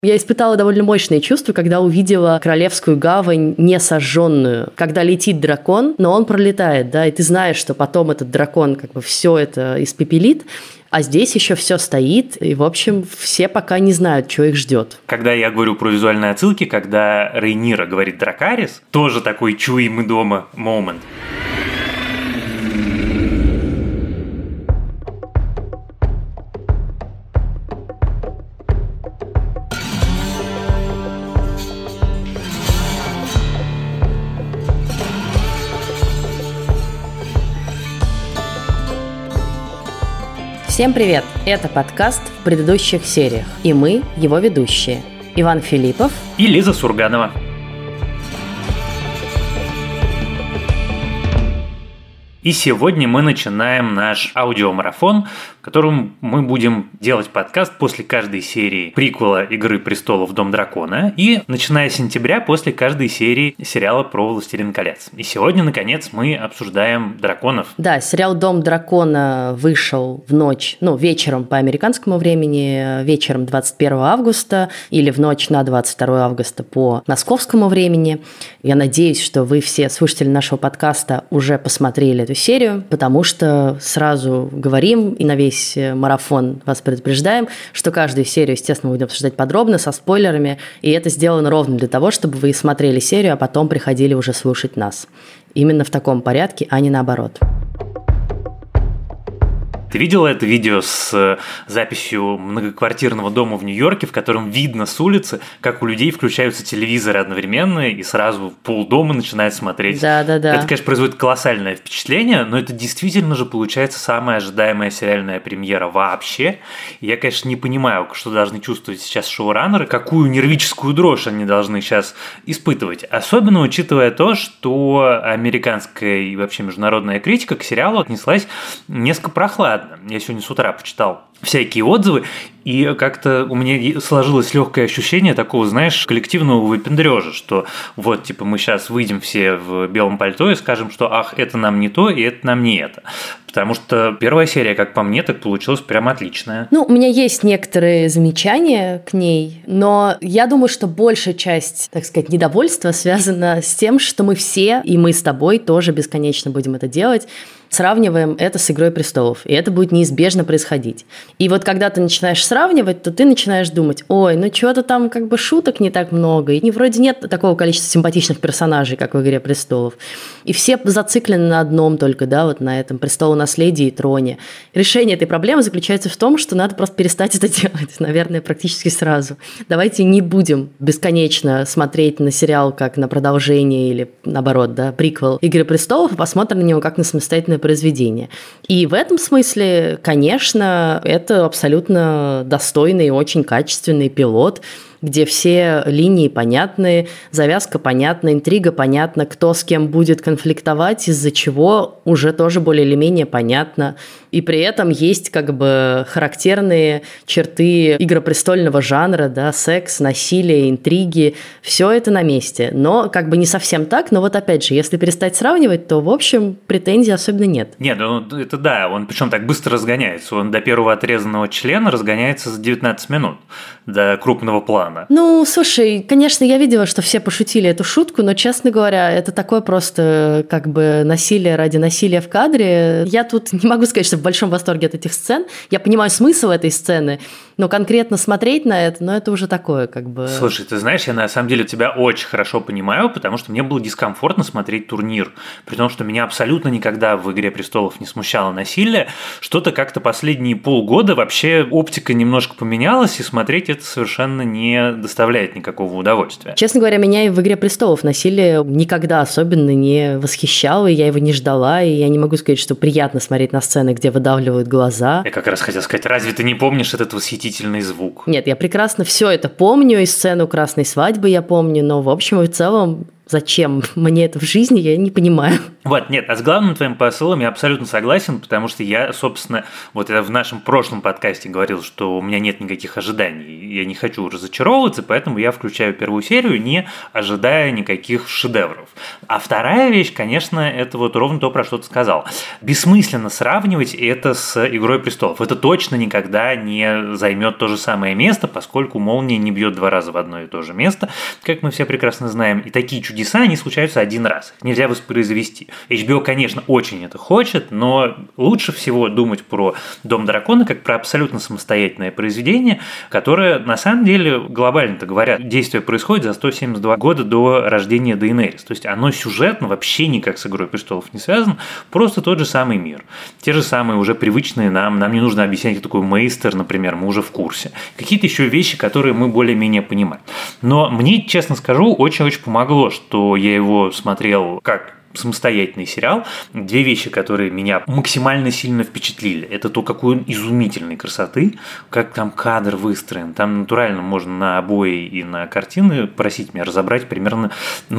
Я испытала довольно мощные чувства, когда увидела Королевскую гавань не сожженную, когда летит дракон, но он пролетает, да, и ты знаешь, что потом этот дракон как бы все это испепелит, а здесь еще все стоит, и, в общем, все пока не знают, что их ждет. Когда я говорю про визуальные отсылки, когда Рейнира говорит Дракарис, тоже такой «чуй, мы дома» момент. Всем привет! Это подкаст в предыдущих сериях, и мы его ведущие. Иван Филиппов и Лиза Сурганова. И сегодня мы начинаем наш аудиомарафон, в котором мы будем делать подкаст после каждой серии приквела «Игры престолов. Дом дракона» и, начиная с сентября, после каждой серии сериала про «Властелин колец». И сегодня, наконец, мы обсуждаем драконов. Да, сериал «Дом дракона» вышел в ночь, вечером по американскому времени, вечером 21 августа или в ночь на 22 августа по московскому времени. Я надеюсь, что вы все слушатели нашего подкаста уже посмотрели эту серию, потому что сразу говорим и на весь марафон вас предупреждаем, что каждую серию, естественно, мы будем обсуждать подробно, со спойлерами, и это сделано ровно для того, чтобы вы смотрели серию, а потом приходили уже слушать нас. Именно в таком порядке, а не наоборот. Ты видела это видео с записью многоквартирного дома в Нью-Йорке, в котором видно с улицы, как у людей включаются телевизоры одновременно и сразу полдома начинает смотреть? Да. Это, конечно, производит колоссальное впечатление, но это действительно же получается самая ожидаемая сериальная премьера вообще. И я, конечно, не понимаю, что должны чувствовать сейчас шоураннеры, какую нервическую дрожь они должны сейчас испытывать. Особенно учитывая то, что американская и вообще международная критика к сериалу отнеслась несколько прохладно. Я сегодня с утра почитал всякие отзывы, и как-то у меня сложилось легкое ощущение такого, знаешь, коллективного выпендрежа, что вот, типа, мы сейчас выйдем все в белом пальто и скажем, что ах, это нам не то, и это нам не это. Потому что первая серия, как по мне, так получилась прям отличная. У меня есть некоторые замечания к ней, но я думаю, что большая часть, так сказать, недовольства связана с тем, что мы все, и мы с тобой тоже бесконечно будем это делать, сравниваем это с «Игрой престолов», и это будет неизбежно происходить. И вот когда ты начинаешь сравнивать, то ты начинаешь думать, ой, чего-то там как бы шуток не так много, и вроде нет такого количества симпатичных персонажей, как в «Игре престолов». И все зациклены на одном только, да, вот на этом престолонаследии и троне. Решение этой проблемы заключается в том, что надо просто перестать это делать, наверное, практически сразу. Давайте не будем бесконечно смотреть на сериал как на продолжение или, наоборот, да, приквел «Игры престолов», и посмотрим на него как на самостоятельное произведение. И в этом смысле, конечно, это абсолютно достойный и очень качественный пилот, где все линии понятны, завязка понятна, интрига понятна, кто с кем будет конфликтовать, из-за чего уже тоже более или менее понятно. И при этом есть как бы характерные черты игропрестольного жанра, да, секс, насилие, интриги, все это на месте. Но как бы не совсем так, но вот опять же, если перестать сравнивать, то в общем претензий особенно нет. Нет, это да, он причем так быстро разгоняется, он до первого отрезанного члена разгоняется за 19 минут, до крупного плана. Слушай, конечно, я видела, что все пошутили эту шутку, но, честно говоря, это такое просто как бы насилие ради насилия в кадре. Я тут не могу сказать, что в большом восторге от этих сцен. Я понимаю смысл этой сцены, но конкретно смотреть на это, это уже такое как бы... Слушай, ты знаешь, я на самом деле тебя очень хорошо понимаю, потому что мне было дискомфортно смотреть турнир, при том, что меня абсолютно никогда в «Игре престолов» не смущало насилие. Что-то как-то последние полгода вообще оптика немножко поменялась, и смотреть это совершенно не доставляет никакого удовольствия. Честно говоря, меня и в «Игре престолов» насилие никогда особенно не восхищало, и я его не ждала, и я не могу сказать, что приятно смотреть на сцены, где выдавливают глаза. Я как раз хотел сказать, разве ты не помнишь этот восхитительный звук? Нет, я прекрасно все это помню, и сцену «Красной свадьбы» я помню, но в общем и в целом Зачем мне это в жизни, я не понимаю. Вот, нет, а с главным твоим посылом я абсолютно согласен, потому что я, собственно, вот я в нашем прошлом подкасте говорил, что у меня нет никаких ожиданий, я не хочу разочаровываться, поэтому я включаю первую серию, не ожидая никаких шедевров. А вторая вещь, конечно, это вот ровно то, про что ты сказал. Бессмысленно сравнивать это с «Игрой престолов». Это точно никогда не займет то же самое место, поскольку молния не бьет 2 раза в одно и то же место, как мы все прекрасно знаем, и такие чудеса, они случаются один раз, их нельзя воспроизвести. HBO, конечно, очень это хочет, но лучше всего думать про «Дом дракона» как про абсолютно самостоятельное произведение, которое, на самом деле, глобально-то говоря, действие происходит за 172 года до рождения Дейенерис. То есть оно сюжетно вообще никак с «Игрой престолов» не связано, просто тот же самый мир. Те же самые уже привычные нам не нужно объяснять, кто такой Мейстер, например, мы уже в курсе. Какие-то еще вещи, которые мы более-менее понимаем. Но мне, честно скажу, очень-очень помогло, что я его смотрел как самостоятельный сериал. 2 вещи, которые меня максимально сильно впечатлили. Это то, какой он изумительной красоты, как там кадр выстроен. Там натурально можно на обои и на картины, просить меня разобрать примерно,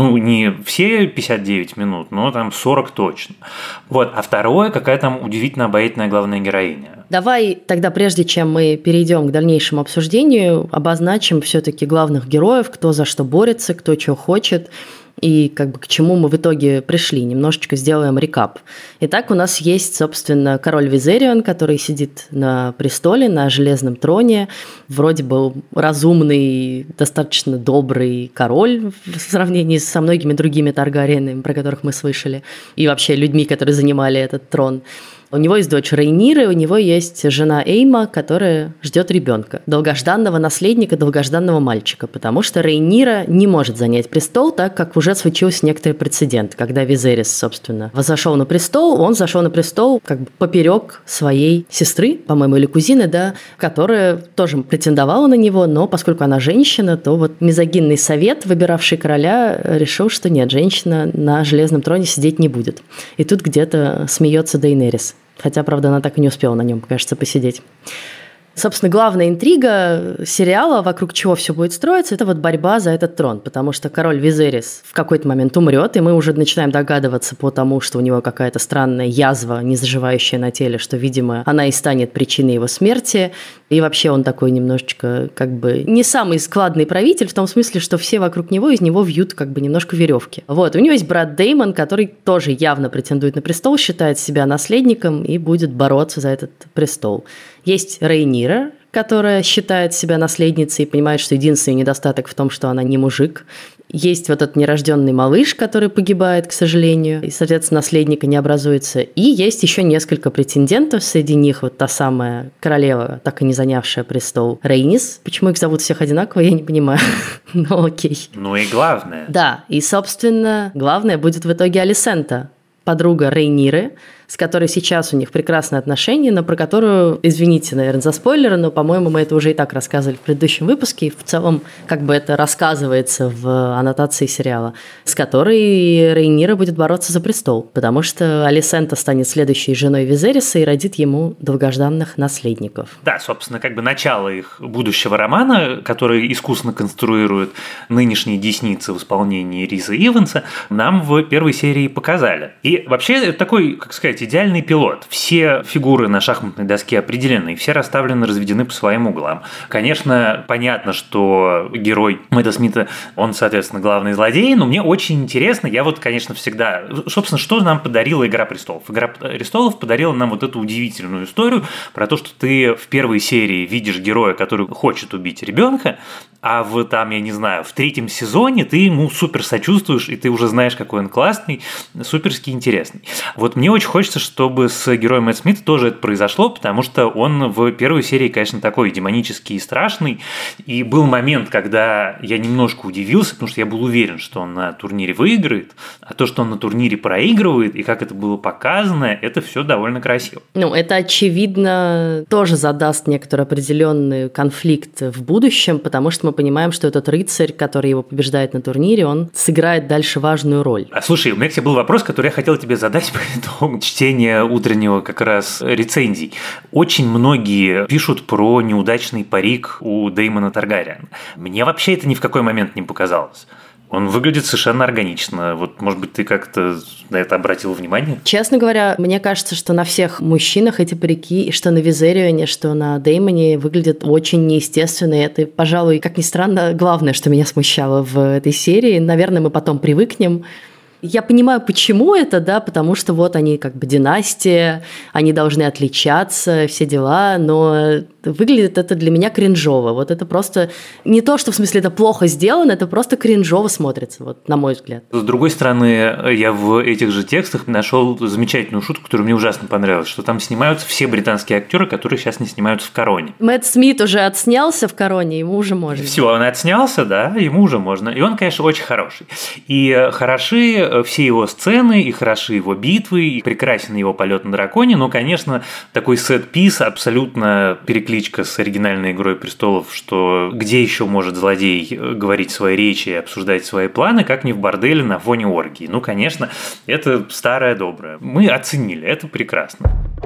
не все 59 минут, но там 40 точно. Вот. А второе, какая там удивительно обаятельная главная героиня. Давай тогда, прежде чем мы перейдем к дальнейшему обсуждению, обозначим все-таки главных героев, кто за что борется, кто чего хочет, и к чему мы в итоге пришли. Немножечко сделаем рекап. Итак, у нас есть, собственно, король Визерион, который сидит на престоле, на железном троне. Вроде бы разумный, достаточно добрый король в сравнении со многими другими Таргариенами, про которых мы слышали, и вообще людьми, которые занимали этот трон. У него есть дочь Рейнира, у него есть жена Эйма, которая ждет ребенка, долгожданного наследника, долгожданного мальчика, потому что Рейнира не может занять престол, так как уже случился некоторый прецедент, когда Визерис, собственно, взошел на престол, он зашел на престол поперек своей сестры, по-моему, или кузины, да, которая тоже претендовала на него, но поскольку она женщина, то вот мизогинный совет, выбиравший короля, решил, что нет, женщина на железном троне сидеть не будет. И тут где-то смеется Дейенерис. Хотя, правда, она так и не успела на нем, кажется, посидеть. Собственно, главная интрига сериала, вокруг чего все будет строиться, это вот борьба за этот трон, потому что король Визерис в какой-то момент умрет, и мы уже начинаем догадываться по тому, что у него какая-то странная язва, не заживающая на теле, что, видимо, она и станет причиной его смерти, и вообще он такой немножечко не самый складный правитель, в том смысле, что все вокруг него, из него вьют немножко веревки. Вот, у него есть брат Деймон, который тоже явно претендует на престол, считает себя наследником и будет бороться за этот престол. Есть Рейнира, которая считает себя наследницей и понимает, что единственный недостаток в том, что она не мужик. Есть вот этот нерожденный малыш, который погибает, к сожалению, и, соответственно, наследника не образуется. И есть еще несколько претендентов, среди них вот та самая королева, так и не занявшая престол, Рейнис. Почему их зовут всех одинаково, я не понимаю. Но окей. Ну и главное. Да, и, собственно, главное будет в итоге Алисента, подруга Рейниры, с которой сейчас у них прекрасные отношения, но про которую, извините, наверное, за спойлеры, но, по-моему, мы это уже и так рассказывали в предыдущем выпуске, и в целом это рассказывается в аннотации сериала, с которой Рейнира будет бороться за престол, потому что Алисента станет следующей женой Визериса и родит ему долгожданных наследников. Да, собственно, начало их будущего романа, который искусно конструирует нынешние десницы в исполнении Риса Иванса, нам в первой серии показали. И вообще это такой, идеальный пилот. Все фигуры на шахматной доске определены, и все расставлены, разведены по своим углам. Конечно, понятно, что герой Мэтта Смита, он, соответственно, главный злодей, но мне очень интересно, я конечно, всегда... Собственно, что нам подарила «Игра престолов»? «Игра престолов» подарила нам вот эту удивительную историю про то, что ты в первой серии видишь героя, который хочет убить ребенка, а в 3-м сезоне ты ему супер сочувствуешь, и ты уже знаешь, какой он классный, суперски интересный. Вот мне очень хочется, чтобы с героем Мэтта Смита тоже это произошло, потому что он в первой серии, конечно, такой демонический и страшный, и был момент, когда я немножко удивился, потому что я был уверен, что он на турнире выиграет, а то, что он на турнире проигрывает, и как это было показано, это все довольно красиво. Это, очевидно, тоже задаст некоторый определенный конфликт в будущем, потому что мы понимаем, что этот рыцарь, который его побеждает на турнире, он сыграет дальше важную роль. Слушай, у меня к тебе был вопрос, который я хотел тебе задать по итогу чтения утреннего как раз рецензий. Очень многие пишут про неудачный парик у Деймона Таргариена. Мне вообще это ни в какой момент не показалось. Он выглядит совершенно органично. Вот, может быть, ты как-то на это обратил внимание? Честно говоря, мне кажется, что на всех мужчинах эти парики, и что на Визерионе, что на Деймоне выглядят очень неестественно. И это, пожалуй, как ни странно, главное, что меня смущало в этой серии. Наверное, мы потом привыкнем. Я понимаю, почему это, да, потому что вот они как бы династия, они должны отличаться, все дела, но выглядит это для меня кринжово. Вот это просто не то, что в смысле это плохо сделано, это просто кринжово смотрится, вот на мой взгляд. С другой стороны, я в этих же текстах нашел замечательную шутку, которая мне ужасно понравилась, что там снимаются все британские актеры, которые сейчас не снимаются в «Короне». Мэтт Смит уже отснялся в «Короне», ему уже можно. Все, он отснялся, да, ему уже можно. И он, конечно, очень хороший. И хороши все его сцены, и хороши его битвы, и прекрасен его полет на драконе, но, конечно, такой сет-пис, абсолютно перекличка с оригинальной «Игрой престолов», что где еще может злодей говорить свои речи и обсуждать свои планы, как не в борделе на фоне оргии. Ну, конечно, это старое доброе. Мы оценили, это прекрасно.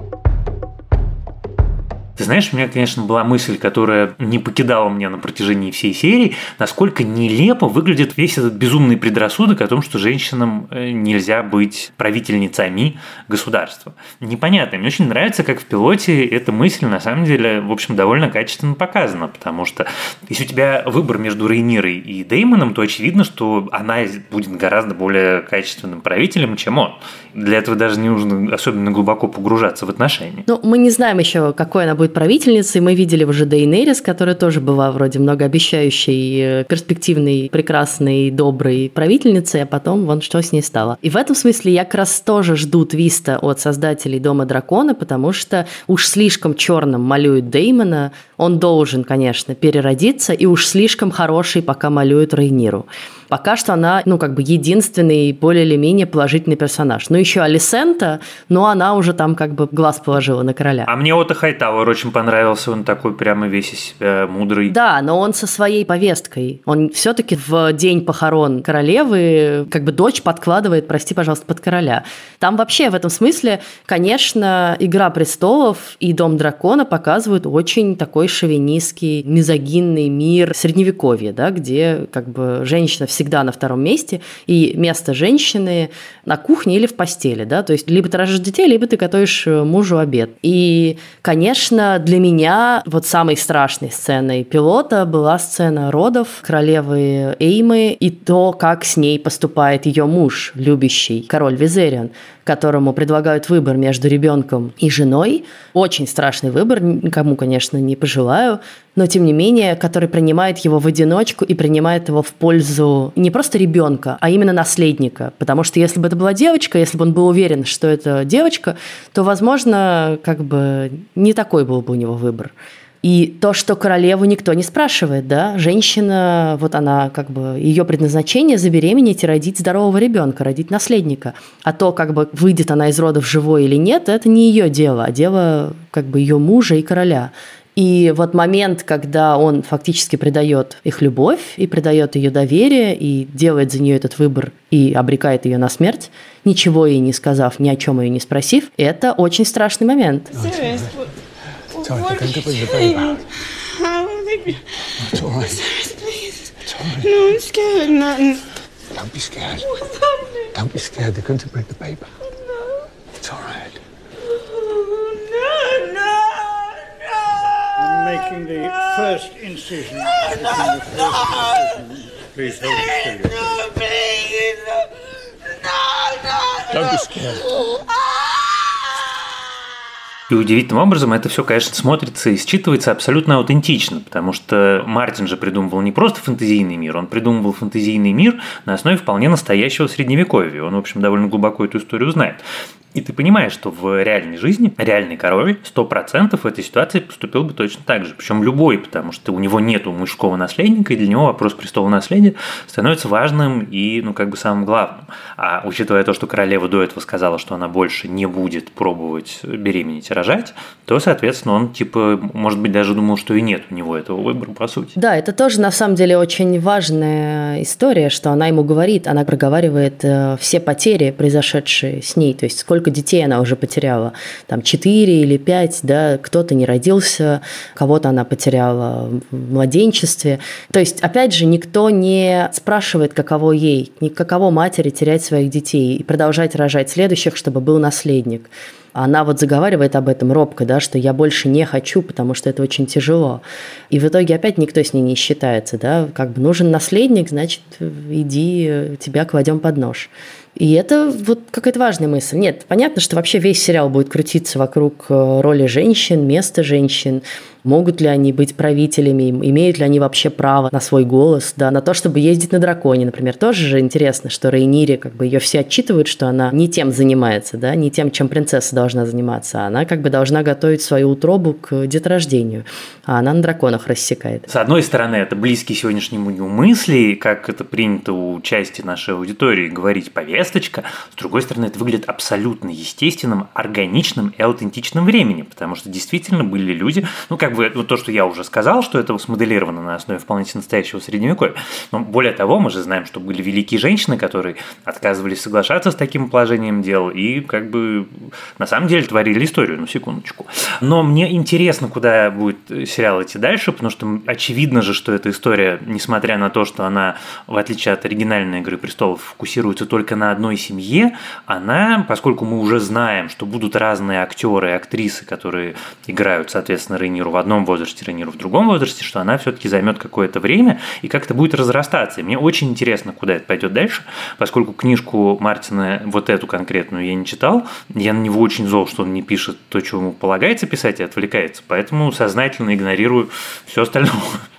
Ты знаешь, у меня, конечно, была мысль, которая не покидала меня на протяжении всей серии, насколько нелепо выглядит весь этот безумный предрассудок о том, что женщинам нельзя быть правительницами государства. Непонятно. Мне очень нравится, как в пилоте эта мысль, на самом деле, в общем, довольно качественно показана, потому что если у тебя выбор между Рейнирой и Деймоном, то очевидно, что она будет гораздо более качественным правителем, чем он. Для этого даже не нужно особенно глубоко погружаться в отношения. Ну, мы не знаем еще, какой она будет правительницей. Мы видели уже Дейенерис, которая тоже была вроде многообещающей, перспективной, прекрасной, доброй правительницей, а потом вон что с ней стало. И в этом смысле я как раз тоже жду твиста от создателей Дома Дракона, потому что уж слишком черным малюют Деймона, он должен, конечно, переродиться, и уж слишком хороший пока малюют Рейниру. Пока что она, единственный более или менее положительный персонаж. Ну, еще Алисента, но она уже там глаз положила на короля. А мне Отто Хайтауэр очень понравился, он такой прямо весь из себя мудрый. Да, но он со своей повесткой. Он все-таки в день похорон королевы дочь подкладывает, прости, пожалуйста, под короля. Там вообще в этом смысле, конечно, «Игра престолов» и «Дом дракона» показывают очень такой шовинистский, мизогинный мир Средневековья, да, где женщина всегда на втором месте, и место женщины на кухне или в постели, да, то есть либо ты рожаешь детей, либо ты готовишь мужу обед. И, конечно, для меня самой страшной сценой пилота была сцена родов королевы Эймы и то, как с ней поступает ее муж, любящий король Визерион, которому предлагают выбор между ребенком и женой. Очень страшный выбор, никому, конечно, не пожелаю, но, тем не менее, который принимает его в одиночку и принимает его в пользу не просто ребенка, а именно наследника. Потому что если бы это была девочка, если бы он был уверен, что это девочка, то, возможно, не такой был бы у него выбор. И то, что королеву никто не спрашивает, да, женщина, она ее предназначение забеременеть и родить здорового ребенка, родить наследника. А то, выйдет она из родов живой или нет, это не ее дело, а дело ее мужа и короля. И момент, когда он фактически предает их любовь и предает ее доверие и делает за нее этот выбор и обрекает ее на смерть, ничего ей не сказав, ни о чем ее не спросив, это очень страшный момент. Sorry, they're going to bring the baby out. It's all right. Please. It's all right. No, I'm scared. Nothing. Don't be scared. What's happening? Don't be scared. They're going to bring the baby out. No. It's all right. No. I'm making the first incision. Please hold it still. No, please. No. Don't be scared. И удивительным образом это все, конечно, смотрится и считывается абсолютно аутентично, потому что Мартин же придумывал не просто фэнтезийный мир, он придумывал фэнтезийный мир на основе вполне настоящего Средневековья. Он, в общем, довольно глубоко эту историю знает. И ты понимаешь, что в реальной жизни реальный король 100% в этой ситуации поступил бы точно так же. Причем любой, потому что у него нету мужского наследника, и для него вопрос престола наследия становится важным и, самым главным. А учитывая то, что королева до этого сказала, что она больше не будет пробовать беременеть и рожать, то, соответственно, он, может быть, даже думал, что и нет у него этого выбора, по сути. Да, это тоже, на самом деле, очень важная история, что она ему говорит, она проговаривает все потери, произошедшие с ней, то есть сколько сколько детей она уже потеряла. Там 4 или 5, да, кто-то не родился, кого-то она потеряла в младенчестве. То есть, опять же, никто не спрашивает, каково ей, каково матери терять своих детей и продолжать рожать следующих, чтобы был наследник. Она вот заговаривает об этом робко, да, что я больше не хочу, потому что это очень тяжело. И в итоге опять никто с ней не считается, да, как бы нужен наследник, значит, иди, тебя кладем под нож. И это вот какая-то важная мысль. Нет, понятно, что вообще весь сериал будет крутиться вокруг роли женщин, места женщин, могут ли они быть правителями, имеют ли они вообще право на свой голос, да, на то, чтобы ездить на драконе, например. Тоже же интересно, что Рейнире, как бы ее все отчитывают, что она не тем занимается, да, не тем, чем принцесса должна заниматься, а она как бы должна готовить свою утробу к деторождению, а она на драконах рассекает. С одной стороны, это близкие сегодняшнему дню мысли, как это принято у части нашей аудитории говорить повесточка, с другой стороны, это выглядит абсолютно естественным, органичным и аутентичным временем, потому что действительно были люди, ну, как бы, вот то, что я уже сказал, что это смоделировано на основе вполне настоящего средневековья. Но более того, мы же знаем, что были великие женщины, которые отказывались соглашаться с таким положением дел и как бы на самом деле творили историю, ну секундочку. Но мне интересно, куда будет сериал идти дальше, потому что очевидно же, что эта история, несмотря на то, что она, в отличие от оригинальной «Игры престолов», фокусируется только на одной семье, она, поскольку мы уже знаем, что будут разные актеры и актрисы, которые играют, соответственно, Рейниру в одном возрасте, Рейниру в другом возрасте, что она все-таки займет какое-то время и как-то будет разрастаться. И мне очень интересно, куда это пойдет дальше, поскольку книжку Мартина, вот эту конкретную, я не читал, я на него очень зол, что он не пишет то, чего ему полагается писать, и отвлекается, поэтому сознательно игнорирую все остальное.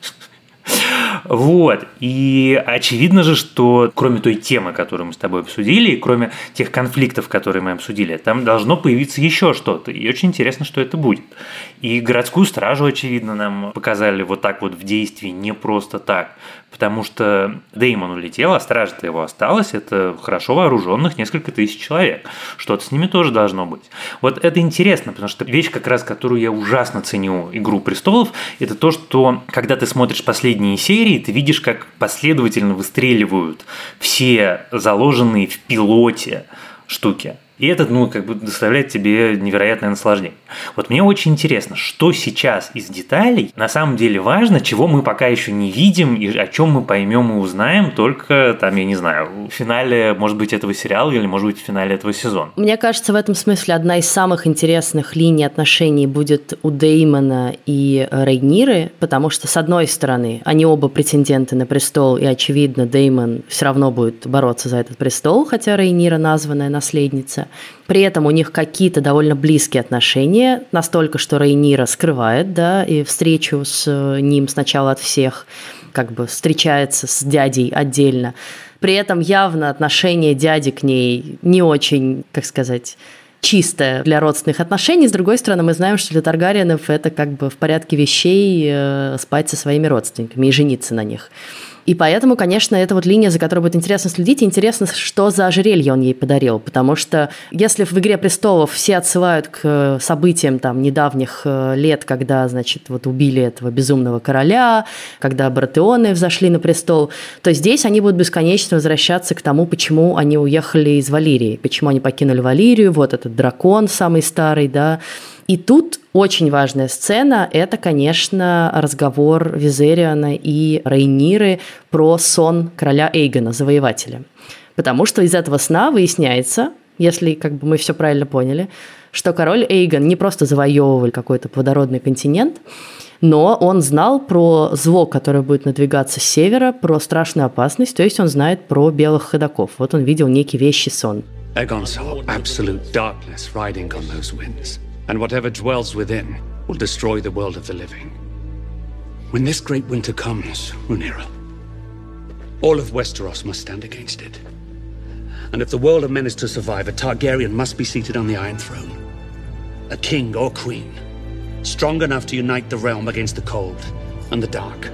Вот, и очевидно же, что кроме той темы, которую мы с тобой обсудили, и кроме тех конфликтов, которые мы обсудили, там должно появиться еще что-то, и очень интересно, что это будет. И городскую стражу, очевидно, нам показали вот так вот в действии, не просто так, потому что Дэймон улетел, а стража-то его осталась, это хорошо вооруженных несколько тысяч человек, что-то с ними тоже должно быть. Вот это интересно, потому что вещь, как раз, которую я ужасно ценю «Игру престолов», это то, что когда ты смотришь последние серии, ты видишь, как последовательно выстреливают все заложенные в пилоте штуки. И это, ну, как бы доставляет тебе невероятное наслаждение. Вот мне очень интересно, что сейчас из деталей на самом деле важно, чего мы пока еще не видим, и о чем мы поймем и узнаем только, там, я не знаю, в финале, может быть, этого сериала или, может быть, в финале этого сезона. Мне кажется, в этом смысле одна из самых интересных линий отношений будет у Дэймона и Рейниры, потому что, с одной стороны, они оба претенденты на престол, и, очевидно, Дэймон все равно будет бороться за этот престол, хотя Рейнира названная наследница. При этом у них какие-то довольно близкие отношения, настолько, что Рейнира скрывает, да, и встречу с ним сначала от всех, как бы встречается с дядей отдельно. При этом явно отношение дяди к ней не очень, как сказать, чистое для родственных отношений. С другой стороны, мы знаем, что для Таргариенов это как бы в порядке вещей спать со своими родственниками и жениться на них. И поэтому, конечно, это вот линия, за которой будет интересно следить. И интересно, что за ожерелье он ей подарил. Потому что если в «Игре престолов» все отсылают к событиям там, недавних лет, когда, значит, вот убили этого безумного короля, когда Баратеоны взошли на престол, то здесь они будут бесконечно возвращаться к тому, почему они уехали из Валирии, почему они покинули Валирию, вот этот дракон самый старый, да. И тут очень важная сцена – это, конечно, разговор Визериона и Рейниры про сон короля Эйгона, завоевателя. Потому что из этого сна выясняется, если как бы мы все правильно поняли, что король Эйгон не просто завоевывал какой-то плодородный континент, но он знал про зло, которое будет надвигаться с севера, про страшную опасность, то есть он знает про белых ходоков. Вот он видел некий вещий сон. Aegon saw absolute darkness riding on those winds. And whatever dwells within will destroy the world of the living. When this great winter comes, Rhaenyra, all of Westeros must stand against it. And if the world of men is to survive, a Targaryen must be seated on the Iron Throne. A king or queen, strong enough to unite the realm against the cold and the dark.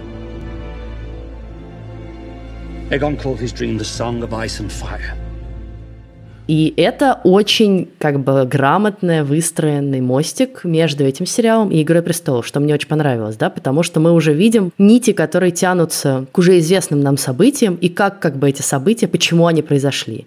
Aegon called his dream the Song of Ice and Fire. И это очень как бы грамотно выстроенный мостик между этим сериалом и «Игрой престолов», что мне очень понравилось, да, потому что мы уже видим нити, которые тянутся к уже известным нам событиям, и как бы эти события, почему они произошли.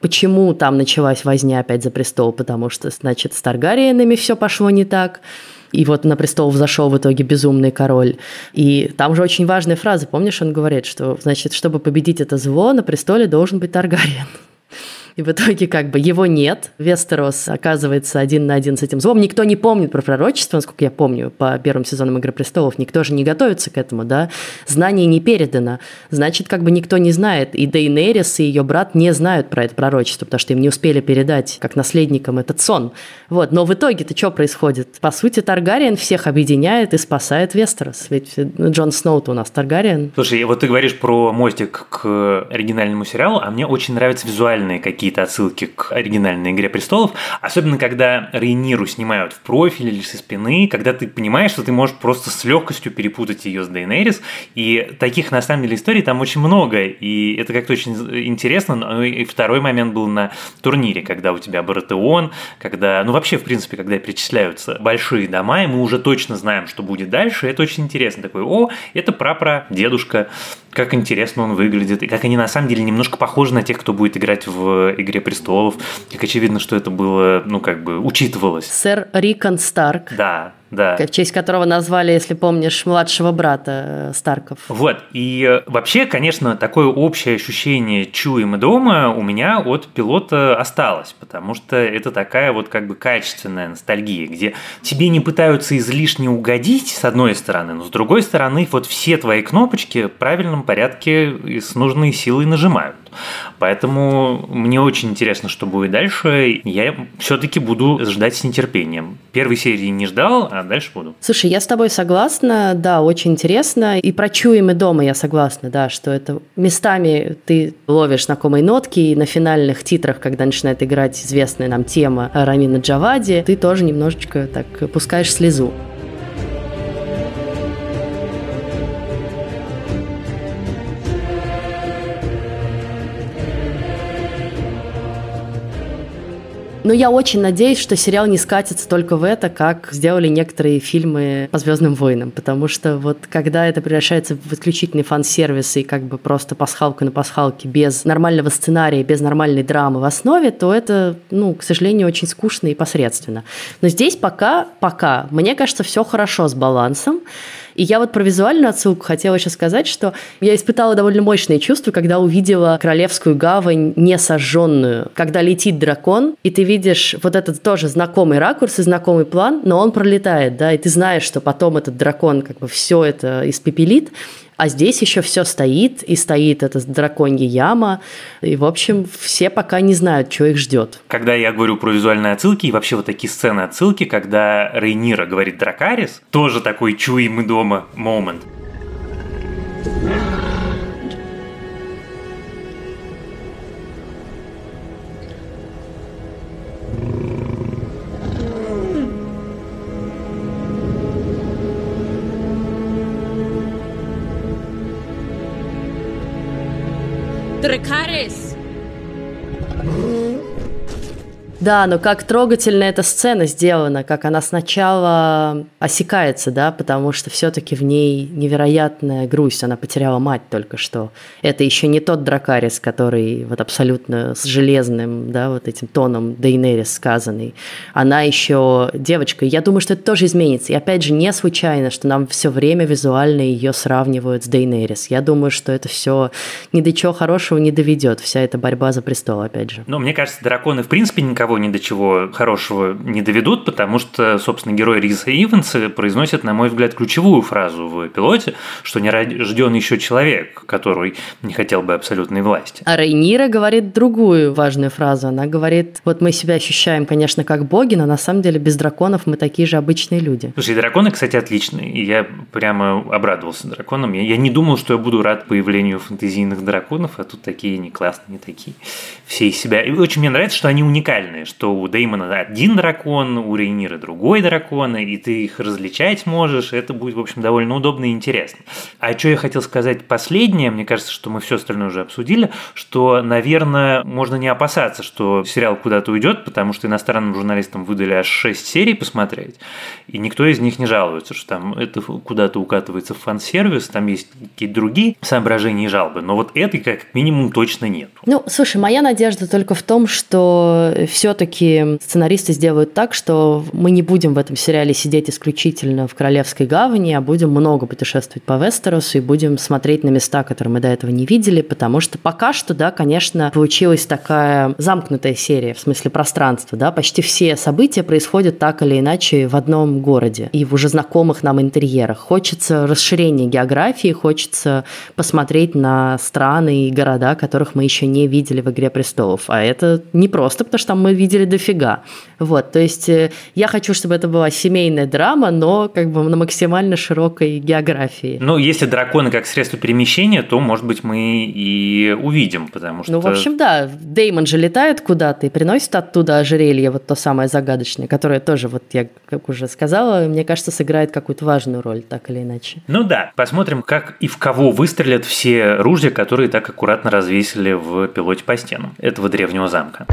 почему там началась возня опять за престол, потому что, значит, с Таргариенами все пошло не так. И вот на престол взошел в итоге безумный король. И там же очень важная фраза, помнишь, он говорит, что, значит, чтобы победить это зло, на престоле должен быть Таргариен. И в итоге как бы его нет. Вестерос оказывается 1 на 1 с этим злом. Никто не помнит про пророчество, насколько я помню, по первым сезонам «Игры престолов». Никто же не готовится к этому, да? Знание не передано. Значит, как бы никто не знает. И Дейенерис, и ее брат не знают про это пророчество, потому что им не успели передать как наследникам этот сон. Вот. Но в итоге-то что происходит? По сути, Таргариен всех объединяет и спасает Вестерос. Ведь Джон Сноу-то у нас Таргариен. Слушай, вот ты говоришь про мостик к оригинальному сериалу, а мне очень нравятся визуальные какие-то отсылки к оригинальной «Игре престолов», особенно когда Рейниру снимают в профиль или со спины, когда ты понимаешь, что ты можешь просто с легкостью перепутать ее с Дейенерис, и таких, на самом деле, историй там очень много, и это как-то очень интересно. Ну и второй момент был на турнире, когда у тебя Баратеон, когда, ну вообще, в принципе, когда перечисляются большие дома, и мы уже точно знаем, что будет дальше, это очень интересно. Такой, о, это прапрадедушка, как интересно он выглядит, и как они на самом деле немножко похожи на тех, кто будет играть в «Игре престолов», как очевидно, что это было, ну, как бы, учитывалось. Сэр Рикон Старк. Да. В честь которого назвали, если помнишь, младшего брата Старков. Вот, и вообще, конечно, такое общее ощущение чуем и дома у меня от пилота осталось, потому что это такая вот как бы качественная ностальгия, где тебе не пытаются излишне угодить, с одной стороны, но с другой стороны, вот все твои кнопочки в правильном порядке и с нужной силой нажимают. Поэтому мне очень интересно, что будет дальше. Я все-таки буду ждать с нетерпением. Первой серии не ждал, а дальше буду. Слушай, я с тобой согласна, да, очень интересно. И про чуем и дома я согласна, да, что это местами ты ловишь знакомые нотки, и на финальных титрах, когда начинает играть известная нам тема Рамина Джавади, ты тоже немножечко так пускаешь слезу. Но я очень надеюсь, что сериал не скатится только в это, как сделали некоторые фильмы по «Звездным войнам», потому что вот когда это превращается в исключительный фан-сервис и как бы просто пасхалка на пасхалке без нормального сценария, без нормальной драмы в основе, то это, ну, к сожалению, очень скучно и посредственно. Но здесь пока, мне кажется, все хорошо с балансом. И я вот про визуальную отсылку хотела еще сказать, что я испытала довольно мощные чувства, когда увидела Королевскую гавань не сожженную, когда летит дракон, и ты видишь вот этот тоже знакомый ракурс и знакомый план, но он пролетает, да, и ты знаешь, что потом этот дракон как бы все это испепелит, а здесь еще все стоит, и стоит эта драконья яма, и, в общем, все пока не знают, что их ждет. Когда я говорю про визуальные отсылки, и вообще вот такие сцены отсылки, когда Рейнира говорит Дракарис, тоже такой чуем и дома момент. Дракарис! Да, но как трогательно эта сцена сделана, как она сначала осекается, да, потому что все-таки в ней невероятная грусть, она потеряла мать только что. Это еще не тот Дракарис, который вот абсолютно с железным, да, вот этим тоном Дейенерис сказанный. Она еще девочка, и я думаю, что это тоже изменится. И опять же, не случайно, что нам все время визуально ее сравнивают с Дейенерис. Я думаю, что это все ни до чего хорошего не доведет, вся эта борьба за престол, опять же. Но мне кажется, драконы в принципе никого ни до чего хорошего не доведут, потому что, собственно, герой Риса Иванса произносит, на мой взгляд, ключевую фразу в пилоте, что не рожден еще человек, который не хотел бы абсолютной власти. А Рейнира говорит другую важную фразу. Она говорит, вот мы себя ощущаем, конечно, как боги, но на самом деле без драконов мы такие же обычные люди. Слушай, драконы, кстати, отличные, и я прямо обрадовался драконам. Я не думал, что я буду рад появлению фэнтезийных драконов, а тут такие не классные, не такие. Все из себя. И очень мне нравится, что они уникальные, что у Деймона один дракон, у Рейнира другой дракон, и ты их различать можешь, это будет, в общем, довольно удобно и интересно. А что я хотел сказать последнее, мне кажется, что мы все остальное уже обсудили, что, наверное, можно не опасаться, что сериал куда-то уйдет, потому что иностранным журналистам выдали аж 6 серий посмотреть, и никто из них не жалуется, что там это куда-то укатывается в фан-сервис, там есть какие-то другие соображения и жалобы, но вот этой как минимум точно нет. Ну, слушай, моя надежда только в том, что все-таки сценаристы сделают так, что мы не будем в этом сериале сидеть исключительно в Королевской гавани, а будем много путешествовать по Вестеросу и будем смотреть на места, которые мы до этого не видели, потому что пока что, да, конечно, получилась такая замкнутая серия, в смысле пространства, да, почти все события происходят так или иначе в одном городе и в уже знакомых нам интерьерах. Хочется расширения географии, хочется посмотреть на страны и города, которых мы еще не видели в «Игре престолов». А это не просто, потому что там мы видели дофига. Вот, то есть я хочу, чтобы это была семейная драма, но как бы на максимально широкой географии. Ну, если драконы как средство перемещения, то, может быть, мы и увидим, потому что... Ну, в общем, да, Дэймон же летает куда-то и приносит оттуда ожерелье, вот то самое загадочное, которое тоже, вот я как уже сказала, мне кажется, сыграет какую-то важную роль, так или иначе. Ну да, посмотрим, как и в кого выстрелят все ружья, которые так аккуратно развесили в пилоте по стенам этого древнего замка.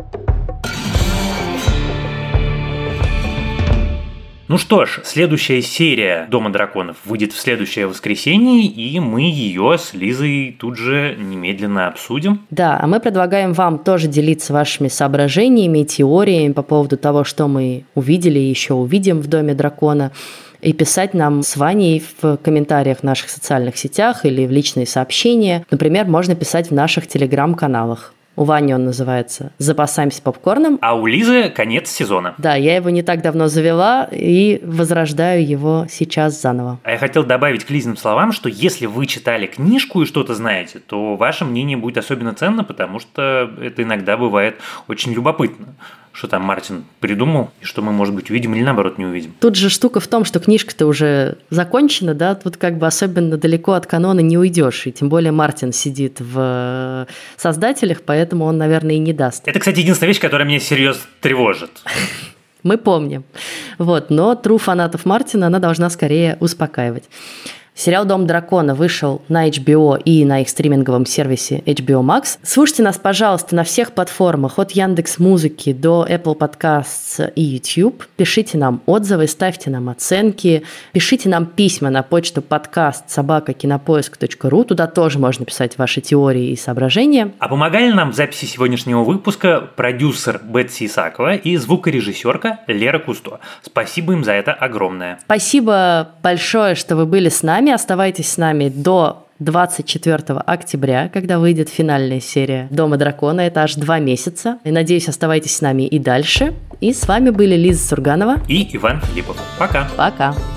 Ну что ж, следующая серия «Дома драконов» выйдет в следующее воскресенье, и мы ее с Лизой тут же немедленно обсудим. Да, а мы предлагаем вам тоже делиться вашими соображениями и теориями по поводу того, что мы увидели и еще увидим в «Доме дракона», и писать нам с Ваней в комментариях в наших социальных сетях или в личные сообщения. Например, можно писать в наших телеграм-каналах. У Вани он называется «Запасаемся попкорном». А у Лизы конец сезона. Да, я его не так давно завела и возрождаю его сейчас заново. А я хотел добавить к Лизиным словам, что если вы читали книжку и что-то знаете, то ваше мнение будет особенно ценно, потому что это иногда бывает очень любопытно. Что там Мартин придумал, и что мы, может быть, увидим или, наоборот, не увидим. Тут же штука в том, что книжка-то уже закончена, да, тут как бы особенно далеко от канона не уйдешь, и тем более Мартин сидит в создателях, поэтому он, наверное, и не даст. Это, кстати, единственная вещь, которая меня серьезно тревожит. Мы помним. Вот, но true фанатов Мартина она должна скорее успокаивать. Сериал «Дом дракона» вышел на HBO и на их стриминговом сервисе HBO Max. Слушайте нас, пожалуйста, на всех платформах, от Яндекс.Музыки до Apple Podcasts и YouTube. Пишите нам отзывы, ставьте нам оценки, пишите нам письма на почту podcast@kinopoisk.ru. Туда тоже можно писать ваши теории и соображения. А помогали нам в записи сегодняшнего выпуска продюсер Бетси Исакова и звукорежиссерка Лера Кусто. Спасибо им за это огромное. Спасибо большое, что вы были с нами. Оставайтесь с нами до 24 октября, когда выйдет финальная серия «Дома дракона». Это аж 2 месяца. И, надеюсь, оставайтесь с нами и дальше. И с вами были Лиза Сурганова и Иван Филиппов. Пока. Пока.